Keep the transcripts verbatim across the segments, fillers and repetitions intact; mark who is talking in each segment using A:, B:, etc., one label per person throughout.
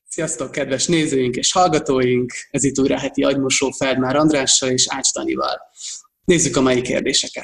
A: Sziasztok, kedves nézőink és hallgatóink! Ez itt újra heti agymosó Feldmár Andrással és Ács Danival. Nézzük a mai kérdéseket.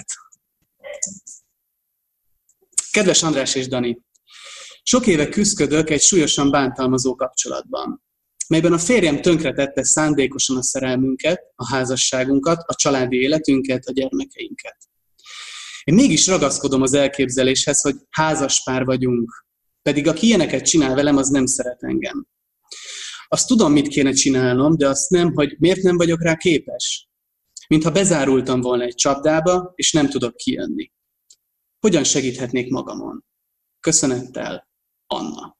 A: Kedves András és Dani! Sok éve küszködök egy súlyosan bántalmazó kapcsolatban, melyben a férjem tönkretette szándékosan a szerelmünket, a házasságunkat, a családi életünket, a gyermekeinket. Én mégis ragaszkodom az elképzeléshez, hogy házaspár vagyunk, pedig aki ilyeneket csinál velem, az nem szeret engem. Azt tudom, mit kéne csinálnom, de azt nem, hogy miért nem vagyok rá képes. Mintha bezárultam volna egy csapdába, és nem tudok kijönni. Hogyan segíthetnék magamon? Köszönettel, Anna.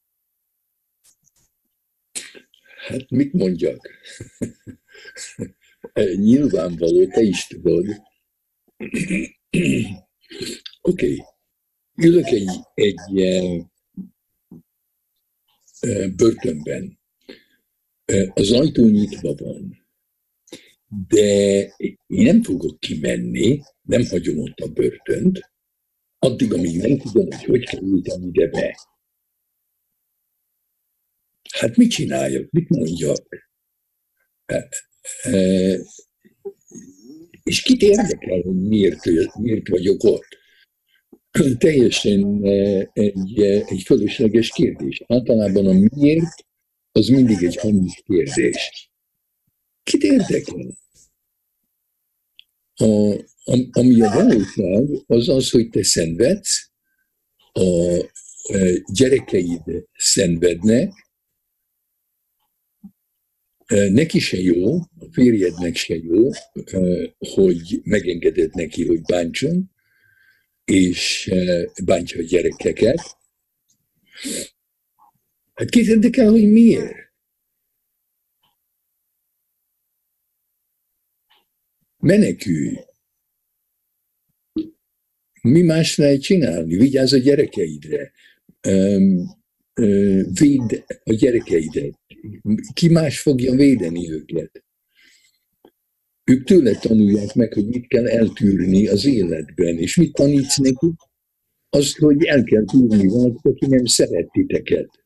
B: Hát mit mondjak? Nyilvánvaló, te is tudod. Oké. Okay. Ülök egy, egy börtönben. Az ajtó nyitva van, de én nem fogok kimenni, nem hagyom ott a börtönt, addig, amíg nem tudom, hogy hogy kerültem ide be. Hát mit csináljak, mit mondjak? És kit érdekel, hogy miért, miért vagyok ott? Teljesen egy, egy fölösleges kérdés. Általában a miért, az mindig egy hamis kérdés. Kit érdekel? A, a, ami a valóság, az az, hogy te szenvedsz, a gyerekeid szenvednek, neki se jó, a férjednek se jó, hogy megengeded neki, hogy bántson, és bántja a gyerekeket. Hát kit érdekel, hogy miért? Menekülj! Mi más lehet csinálni? Vigyázz a gyerekeidre. Védd a gyerekeidet. Ki más fogja védeni őket? Ők tőle tanulják meg, hogy mit kell eltűrni az életben. És mit tanítsz nekik? Azt, hogy el kell tűrni valakit, aki nem szeret titeket.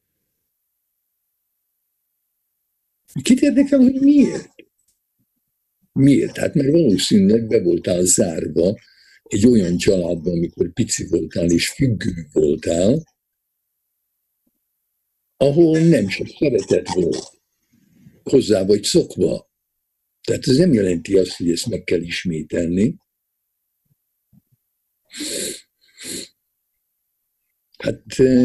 B: Kit érdekel, hogy miért? Miért? Hát mert valószínűleg be voltál zárva egy olyan családban, amikor pici voltál és függő voltál, ahol nem sok szeretet volt. Hozzá vagy szokva. Tehát ez nem jelenti azt, hogy ezt meg kell ismételni. Hát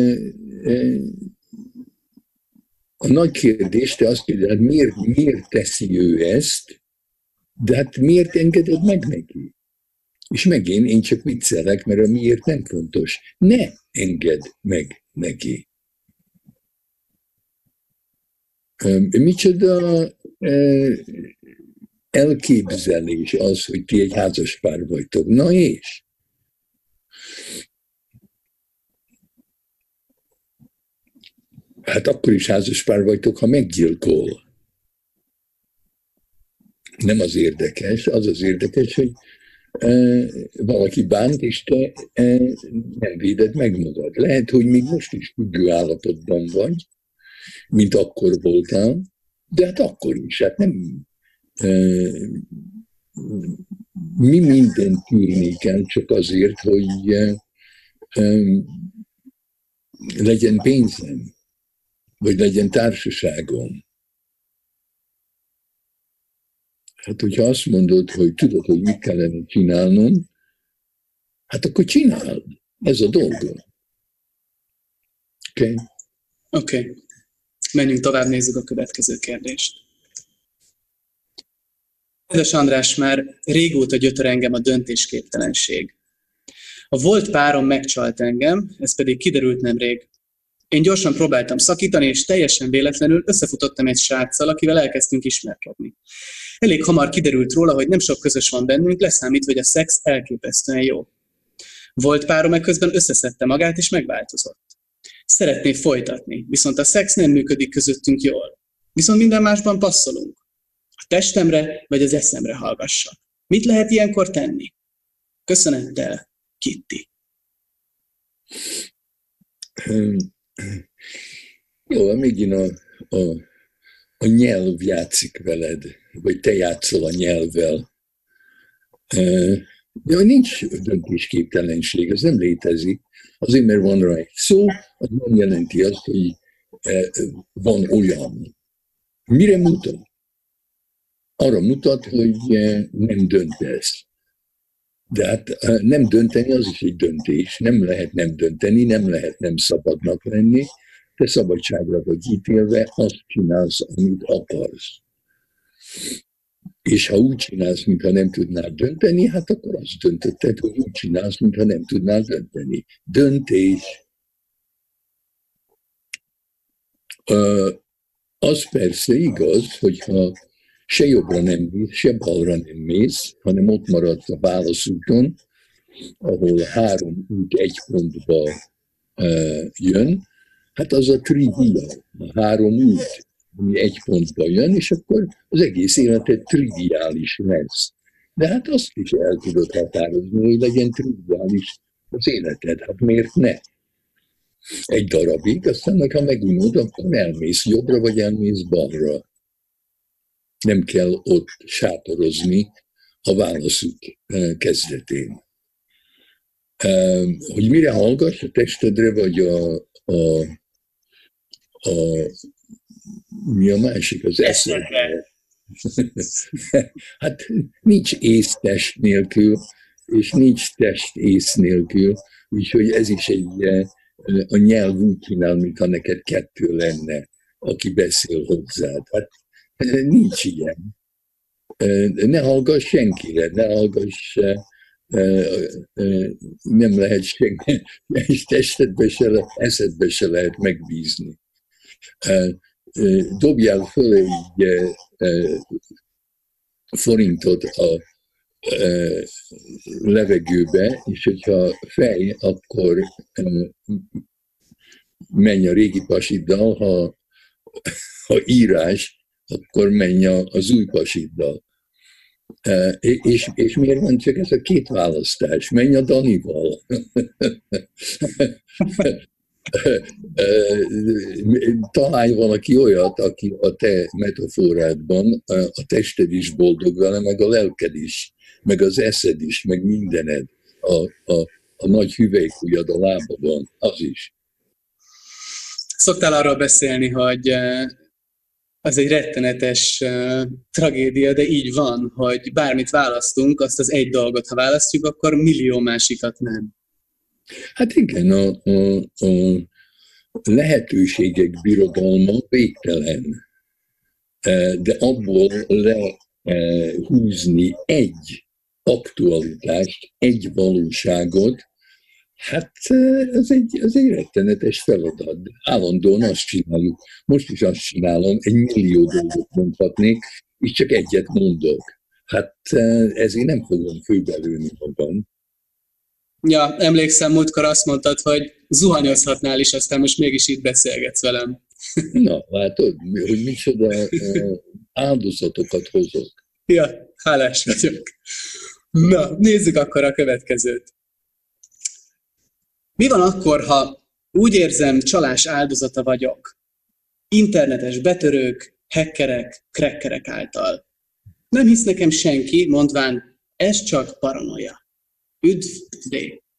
B: a nagy kérdés, te azt kérdezed, miért, miért teszi ő ezt, de hát miért engeded meg neki? És megint én csak viccelek, mert a miért nem fontos. Ne engedd meg neki. Micsoda elképzelés az, hogy ti egy házaspár vagytok. Na és? Hát akkor is házaspár vagytok, ha meggyilkol. Nem az érdekes, az az érdekes, hogy e, valaki bánt, és te e, nem véded meg magad. Lehet, hogy még most is függő állapotban vagy, mint akkor voltál, de hát akkor is. Hát nem e, mi mindent tűrni kell csak azért, hogy e, e, legyen pénzem, vagy legyen társaságom. Hát, hogyha azt mondod, hogy tudod, hogy mit kellene csinálnom, hát akkor csináld. Ez a dolga. Oké?
A: Okay? Oké. Okay. Menjünk tovább, nézzük a következő kérdést. Kedves András, már régóta gyötör engem a döntésképtelenség. A volt párom megcsalt engem, ez pedig kiderült nemrég. Én gyorsan próbáltam szakítani, és teljesen véletlenül összefutottam egy sráccal, akivel elkezdtünk ismerkedni. Elég hamar kiderült róla, hogy nem sok közös van bennünk, leszámítva, hogy a szex elképesztően jó. Volt párom ekközben összeszedte magát, és megváltozott. Szeretné folytatni, viszont a szex nem működik közöttünk jól. Viszont minden másban passzolunk. A testemre vagy az eszemre hallgassak. Mit lehet ilyenkor tenni? Köszönettel, Kitty.
B: Jó, megint a, a, a nyelv játszik veled, vagy te játszol a nyelvvel. De nincs döntésképtelenség, ez nem létezik. Azért, mert van rá egy szó, az nem jelenti azt, hogy van olyan. Mire mutat? Arra mutat, hogy nem döntesz. De hát nem dönteni, az is egy döntés. Nem lehet nem dönteni, nem lehet nem szabadnak lenni. Te szabadságra vagy ítélve, azt csinálsz, amit akarsz. És ha úgy csinálsz, mintha nem tudnál dönteni, hát akkor azt döntötted, hogy úgy csinálsz, mintha nem tudnál dönteni. Döntés. Az persze igaz, hogyha se jobbra nem mész, se balra nem mész, hanem ott maradsz a válaszúton, ahol három út egy pontba jön, hát az a trivia, a három út, ami egy pontba jön, és akkor az egész életed triviális lesz. De hát azt is el tudod határozni, hogy legyen triviális az életed. Hát miért ne? Egy darabig, aztán ha megunod, akkor elmész jobbra, vagy elmész balra. Nem kell ott sátorozni a válaszút kezdetén. Hogy mire hallgass, a testedre, vagy a, a, a mi a másik, az eszedre. Hát nincs ész test nélkül, és nincs test ész nélkül, úgyhogy ez is egy, a nyelv úgy csinál, mintha neked kettő lenne, aki beszél hozzád. Hát nincs ilyen. Ne hallgass senkire, ne hallgass, nem lehet senki, és testedbe se lehet, eszedbe se lehet megbízni. Dobjál föl egy forintot a levegőbe, és hogyha fej, akkor menj a régi pasiddal, ha, ha írás, akkor menj az új pasiddal. És, és miért van csak ez a két választás? Menj a Danival. Találj valaki olyat, aki a te metaforádban a tested is boldog vele, meg a lelked is, meg az eszed is, meg mindened. A, a, a nagy hüvelykujjad a lábadon, az is.
A: Szoktál arról beszélni, hogy az egy rettenetes tragédia, de így van, hogy bármit választunk, azt az egy dolgot, ha választjuk, akkor millió másikat nem.
B: Hát igen, a, a, a lehetőségek birodalma végtelen, de abból lehúzni egy aktualitást, egy valóságot, hát ez egy, ez egy rettenetes feladat. Állandóan azt csináljuk. Most is azt csinálom, egy millió dolgot mondhatnék, és csak egyet mondok. Hát ezért nem fogom főbelőni magam.
A: Ja, emlékszem, múltkor azt mondtad, hogy zuhanyozhatnál is, aztán most mégis itt beszélgetsz velem.
B: Na, látod, hogy micsoda áldozatokat hozok.
A: Ja, hálás vagyok. Na, nézzük akkor a következőt. Mi van akkor, ha úgy érzem, csalás áldozata vagyok? Internetes betörők, hackerek, crackerek által. Nem hisz nekem senki, mondván, ez csak paranoia. Üdv, D.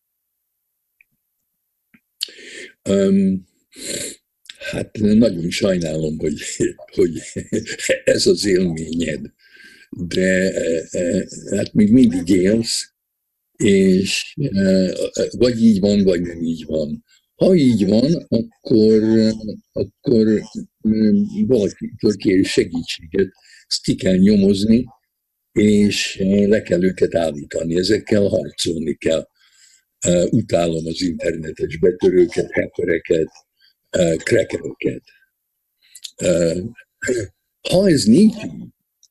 B: Um, hát nagyon sajnálom, hogy, hogy ez az élményed, de hát még mindig élsz, és vagy így van, vagy nem így van. Ha így van, akkor, akkor valakitől kér segítséget, ezt ki kell nyomozni, és le kell őket állítani, ezekkel harcolni kell. Utálom az internetes betörőket, hackereket, crackereket. Ha ez nincs így,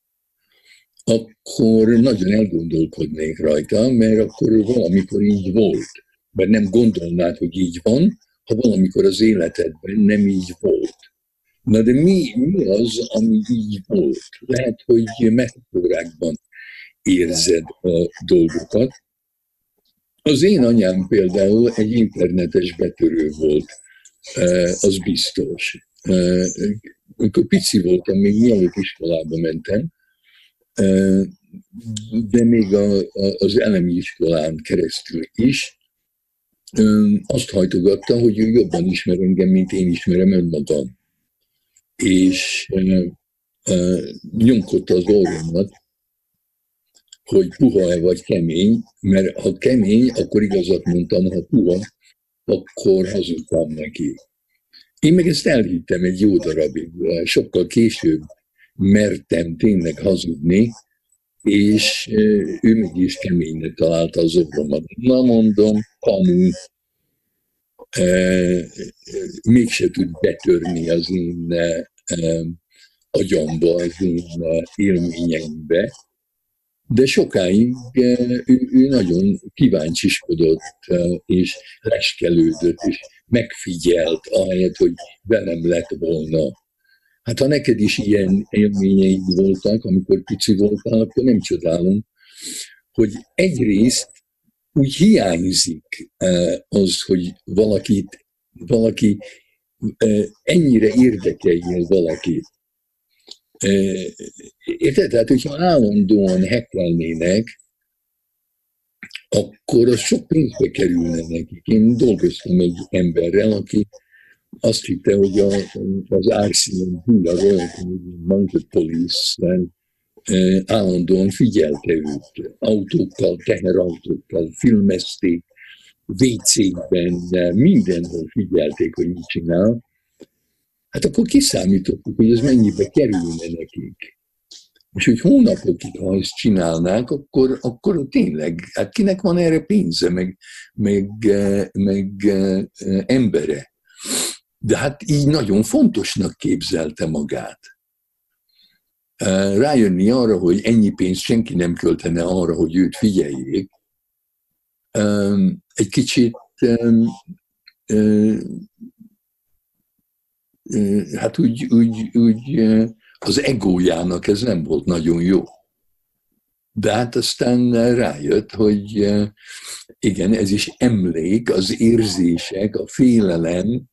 B: akkor nagyon elgondolkodnék rajta, mert akkor valamikor így volt. Mert nem gondolnád, hogy így van, ha valamikor az életedben nem így volt. Na de mi, mi az, ami így volt? Lehet, hogy metaforákban érzed a dolgokat. Az én anyám például egy internetes betörő volt, az biztos. amikor pici voltam, még mielőtt iskolába mentem, de még a, a, az elemi iskolán keresztül is, azt hajtogatta, hogy ő jobban ismer engem, mint én ismerem önmagam. És nyomkodta az orromat, hogy puha-e vagy kemény, mert ha kemény, akkor igazat mondtam, ha puha, akkor hazudtam neki. Én meg ezt elhittem egy jó darabig, sokkal később mertem tényleg hazudni, és ő mégis keménynek találta az orromat. Na mondom, kamu, e, mégse tud betörni az én e, agyamba, az én élményeimbe, de sokáig ő, ő nagyon kíváncsiskodott, és leskelődött, és megfigyelt, ahelyett, hogy velem lett volna. Hát ha neked is ilyen élményeid voltak, amikor pici voltál, akkor nem csodálom, hogy egyrészt úgy hiányzik az, hogy valakit, valaki ennyire érdekeljen valakit. Érted? Tehát, hogyha állandóan hekkelnének, akkor az sok pénzbe kerülne nekik. Én dolgoztam egy emberrel, aki azt hitte, hogy a, az R C M P, a Royal Canadian Mounted Police állandóan figyelte őt. Autókkal, teherautókkal, filmezték, vécékben, mindenhol figyelték, hogy mit csinál. Hát akkor kiszámítottuk, hogy ez mennyibe kerülne nekik. És hogy hónapokig, ha ezt csinálnák, akkor, akkor tényleg, hát kinek van erre pénze, meg, meg, meg embere. De hát így nagyon fontosnak képzelte magát. Rájönni arra, hogy ennyi pénzt senki nem költene arra, hogy őt figyeljék, egy kicsit hát úgy, úgy, úgy az egójának ez nem volt nagyon jó. De hát aztán rájött, hogy igen, ez is emlék, az érzések, a félelem,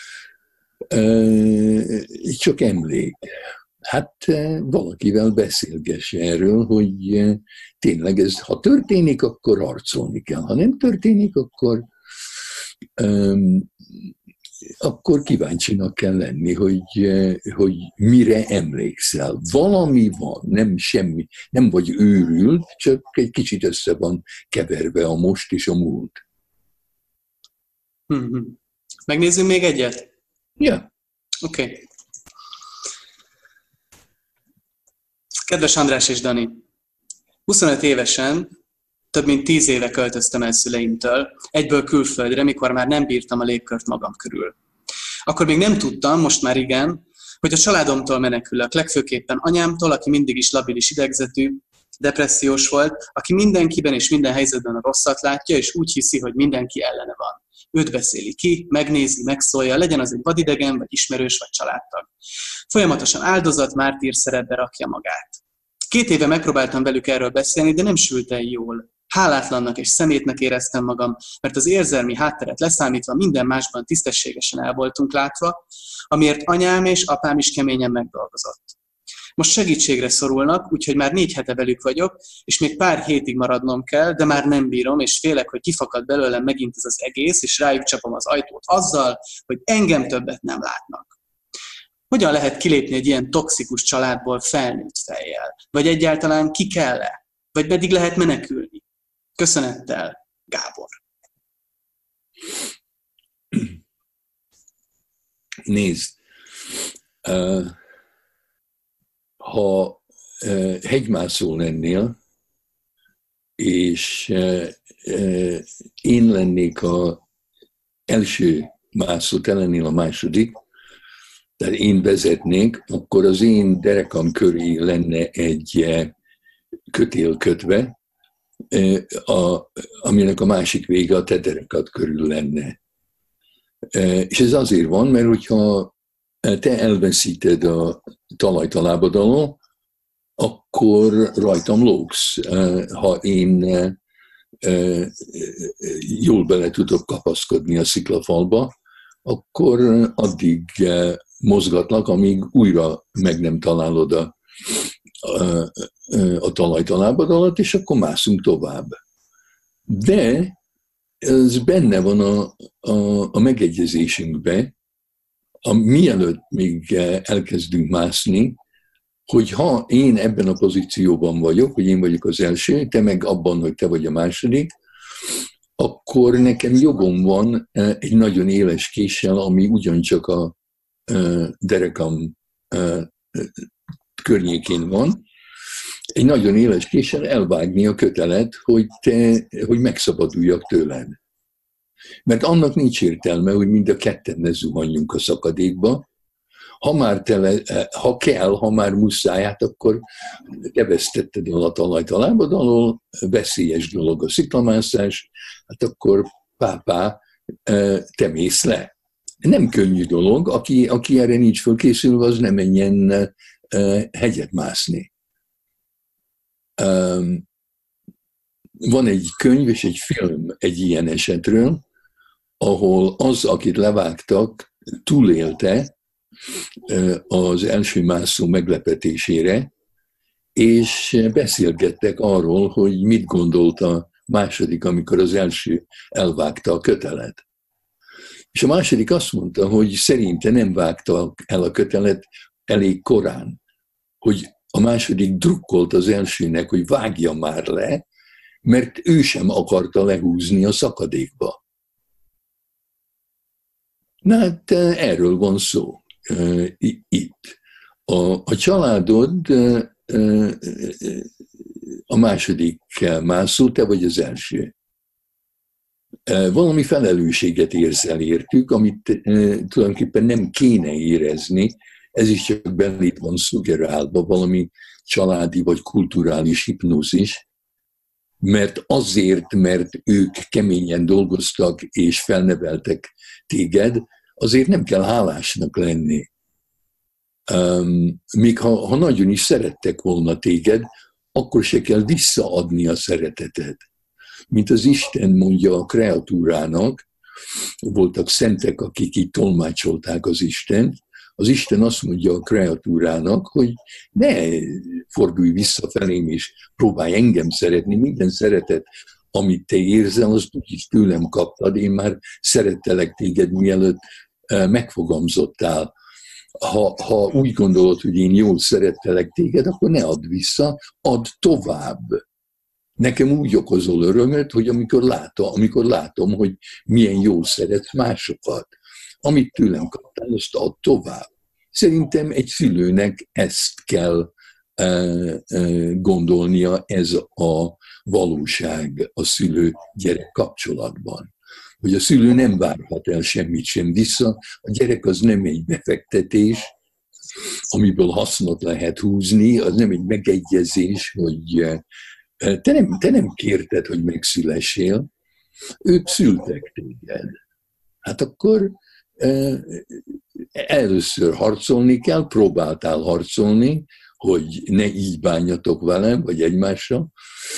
B: csak emlék. Hát valakivel beszélgess erről, hogy tényleg ez, ha történik, akkor harcolni kell. Ha nem történik, akkor, um, akkor kíváncsinak kell lenni, hogy, hogy mire emlékszel. Valami van, nem semmi, nem vagy őrült, csak egy kicsit össze van keverve a most és a múlt.
A: Mm-hmm. Megnézzünk még egyet?
B: Ja.
A: Oké. Okay. Kedves András és Dani, huszonöt évesen, több mint tíz éve költöztem el szüleimtől, egyből külföldre, mikor már nem bírtam a légkört magam körül. Akkor még nem tudtam, most már igen, hogy a családomtól menekülök, legfőképpen anyámtól, aki mindig is labilis idegzetű, depressziós volt, aki mindenkiben és minden helyzetben a rosszat látja, és úgy hiszi, hogy mindenki ellene van. Őt beszéli ki, megnézi, megszólja, legyen az egy vadidegen, vagy ismerős, vagy családtag. Folyamatosan áldozat, mártír szerepbe rakja magát. Két éve megpróbáltam velük erről beszélni, de nem sült el jól. Hálátlannak és szemétnek éreztem magam, mert az érzelmi hátteret leszámítva minden másban tisztességesen el voltunk látva, amiért anyám és apám is keményen megdolgozott. Most segítségre szorulnak, úgyhogy már négy hete velük vagyok, és még pár hétig maradnom kell, de már nem bírom, és félek, hogy kifakad belőlem megint ez az egész, és rájuk csapom az ajtót azzal, hogy engem többet nem látnak. Hogyan lehet kilépni egy ilyen toxikus családból felnőtt fejjel? Vagy egyáltalán ki kell-e? Vagy pedig lehet menekülni? Köszönettel, Gábor.
B: Nézd, uh, ha uh, hegymászó lennél, és uh, uh, én lennék az első mászó, te lennél a második, tehát én vezetnék, akkor az én derekam köré lenne egy kötél kötve, a, aminek a másik vége a te derekad körül lenne. És ez azért van, mert hogyha te elveszíted a talajt a lábad alól, akkor rajtam lógsz. Ha én jól bele tudok kapaszkodni a sziklafalba, akkor addig mozgatlak, amíg újra meg nem találod a, a, a talajt a lábad alatt, és akkor mászunk tovább. De ez benne van a, a, a megegyezésünkben, a, mielőtt még elkezdünk mászni, hogy ha én ebben a pozícióban vagyok, hogy én vagyok az első, te meg abban, hogy te vagy a második, akkor nekem jogom van egy nagyon éles késsel, ami ugyancsak a derekam környékén van, egy nagyon éles késsel elvágni a kötelet, hogy, te, hogy megszabaduljak tőled. Mert annak nincs értelme, hogy mind a ketten ne zuhanjunk a szakadékba. Ha már tele, ha kell, ha már muszáj, hát akkor te vesztetted el a talajt a lábad alól, veszélyes dolog a sziklamászás, hát akkor pápá, te mész le. Nem könnyű dolog, aki, aki erre nincs fölkészülve, az nem menjen hegyet mászni. Van egy könyv és egy film egy ilyen esetről, ahol az, akit levágtak, túlélte az első mászó meglepetésére, és beszélgettek arról, hogy mit gondolt a második, amikor az első elvágta a kötelet. És a második azt mondta, hogy szerinte nem vágta el a kötelet elég korán, hogy a második drukkolt az elsőnek, hogy vágja már le, mert ő sem akarta lehúzni a szakadékba. Na hát erről van szó itt. A, a családod a második mászó, te vagy az első. Valami felelősséget érzel értük, amit tulajdonképpen nem kéne érezni, ez is csak belét van szuggerálva, valami családi vagy kulturális hipnózis, mert azért, mert ők keményen dolgoztak és felneveltek téged, azért nem kell hálásnak lenni. Um, még ha, ha nagyon is szerettek volna téged, akkor se kell visszaadni a szeretetet. Mint az Isten mondja a kreatúrának, voltak szentek, akik így tolmácsolták az Istent, az Isten azt mondja a kreatúrának, hogy ne fordulj vissza felém és próbálj engem szeretni, minden szeretet, amit te érzel, azt úgyis tőlem kaptad, én már szerettelek téged, mielőtt megfogalmazottál. Ha, ha úgy gondolod, hogy én jól szerettelek téged, akkor ne add vissza, add tovább. Nekem úgy okozol örömöt, hogy amikor látom, amikor látom, hogy milyen jól szeretsz másokat, amit tőlem kaptál, azt add tovább. Szerintem egy szülőnek ezt kell uh, uh, gondolnia, ez a valóság a szülő-gyerek kapcsolatban. Hogy a szülő nem várhat el semmit sem vissza, a gyerek az nem egy befektetés, amiből hasznot lehet húzni, az nem egy megegyezés, hogy uh, te nem, te nem kérted, hogy megszülessél, ők szültek téged. Hát akkor először harcolni kell, próbáltál harcolni, hogy ne így bánjatok velem, vagy egymással.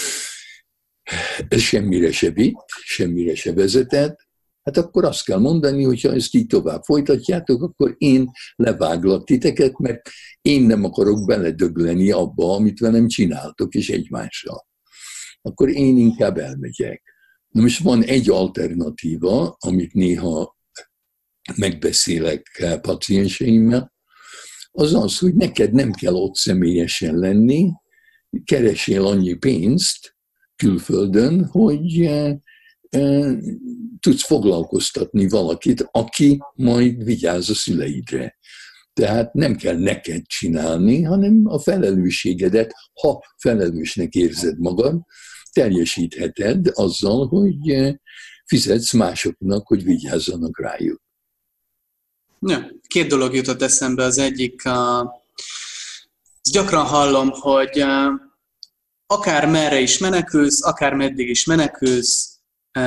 B: Ez semmire se vitt, semmire se vezetett. Hát akkor azt kell mondani, hogy ha ezt így tovább folytatjátok, akkor én leváglak titeket, mert én nem akarok beledögleni abba, amit velem csináltok, és egymással. Akkor én inkább elmegyek. Na most van egy alternatíva, amit néha megbeszélek pacienseimmel, az az, hogy neked nem kell ott személyesen lenni, keresél annyi pénzt külföldön, hogy e, e, tudsz foglalkoztatni valakit, aki majd vigyáz a szüleidre. Tehát nem kell neked csinálni, hanem a felelősségedet, ha felelősnek érzed magad, teljesítheted azzal, hogy fizetsz másoknak, hogy vigyázzanak rájuk.
A: Ja, két dolog jutott eszembe. Az egyik, a, azt gyakran hallom, hogy akár merre is menekülsz, akár meddig is menekülsz,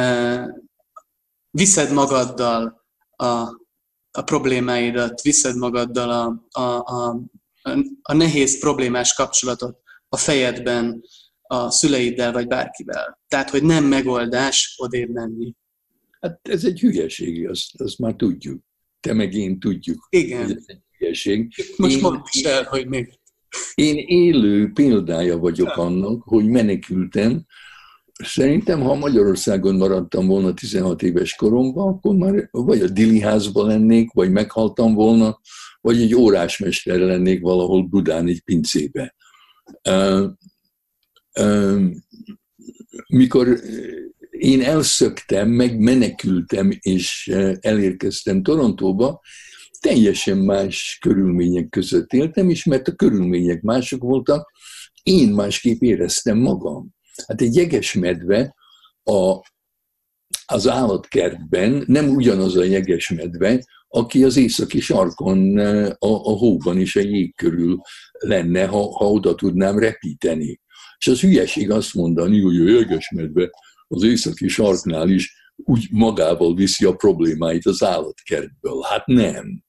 A: viszed magaddal a, a problémáidat, viszed magaddal a, a, a, a nehéz problémás kapcsolatot a fejedben, a szüleiddel vagy bárkivel. Tehát, hogy nem megoldás odébb menni.
B: Hát ez egy hülyeség, azt, azt már tudjuk. te meg én tudjuk,
A: Igen.
B: hogy ez egy hülyeség.
A: Most
B: Én,
A: mondd is el, hogy miért.
B: én élő példája vagyok annak, hogy menekültem. Szerintem, ha Magyarországon maradtam volna tizenhat éves koromban, akkor már vagy a Dili házban lennék, vagy meghaltam volna, vagy egy órásmester lennék valahol Budán egy pincébe. Mikor én elszöktem, meg menekültem, és elérkeztem Torontóba, teljesen más körülmények között éltem is, mert a körülmények mások voltak, én másképp éreztem magam. Hát egy jegesmedve a, az állatkertben nem ugyanaz a jegesmedve, aki az északi sarkon a, a hóban és a jég körül lenne, ha, ha oda tudnám repíteni. És az hülyeség azt mondani, hogy a jegesmedve az északi sarknál is úgy magával viszi a problémáit az állatkertből. Hát nem.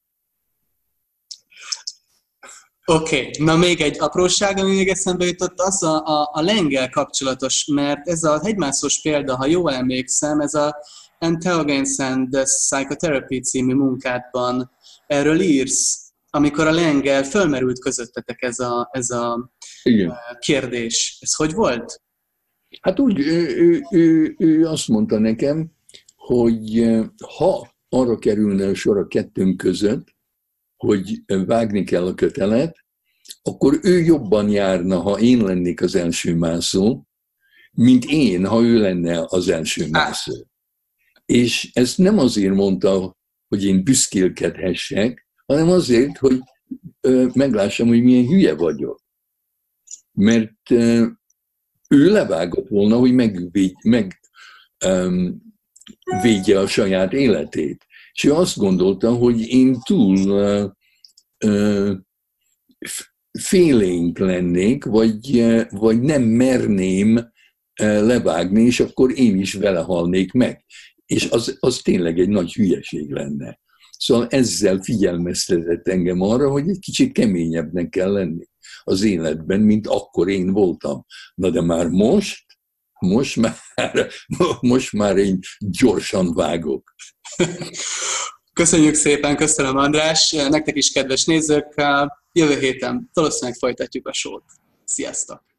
A: Oké, okay. Na még egy apróság, ami még eszembe jutott, az a, a, a lenggel kapcsolatos, mert ez a hegymászós példa, ha jól emlékszem, ez a Entheogens and the Psychotherapy című munkádban erről írsz, amikor a lenggel fölmerült közöttetek ez a, ez a
B: Igen.
A: kérdés. Ez hogy volt?
B: Hát úgy, ő, ő, ő, ő azt mondta nekem, hogy ha arra kerülne a sor a kettőnk között, hogy vágni kell a kötelet, akkor ő jobban járna, ha én lennék az első mászó, mint én, ha ő lenne az első mászó. És ezt nem azért mondta, hogy én büszkélkedhessek, hanem azért, hogy meglássam, hogy milyen hülye vagyok. Mert ő levágott volna, hogy megvédje meg, um, védje a saját életét. És ő azt gondolta, hogy én túl uh, uh, félénk lennék, vagy, uh, vagy nem merném uh, levágni, és akkor én is vele halnék meg. És az, az tényleg egy nagy hülyeség lenne. Szóval ezzel figyelmeztetett engem arra, hogy egy kicsit keményebbnek kell lenni az életben, mint akkor én voltam. Na de már most, most már, most már én gyorsan vágok.
A: Köszönjük szépen, köszönöm András, nektek is kedves nézők, jövő héten valószínűleg folytatjuk a sót. Sziasztok!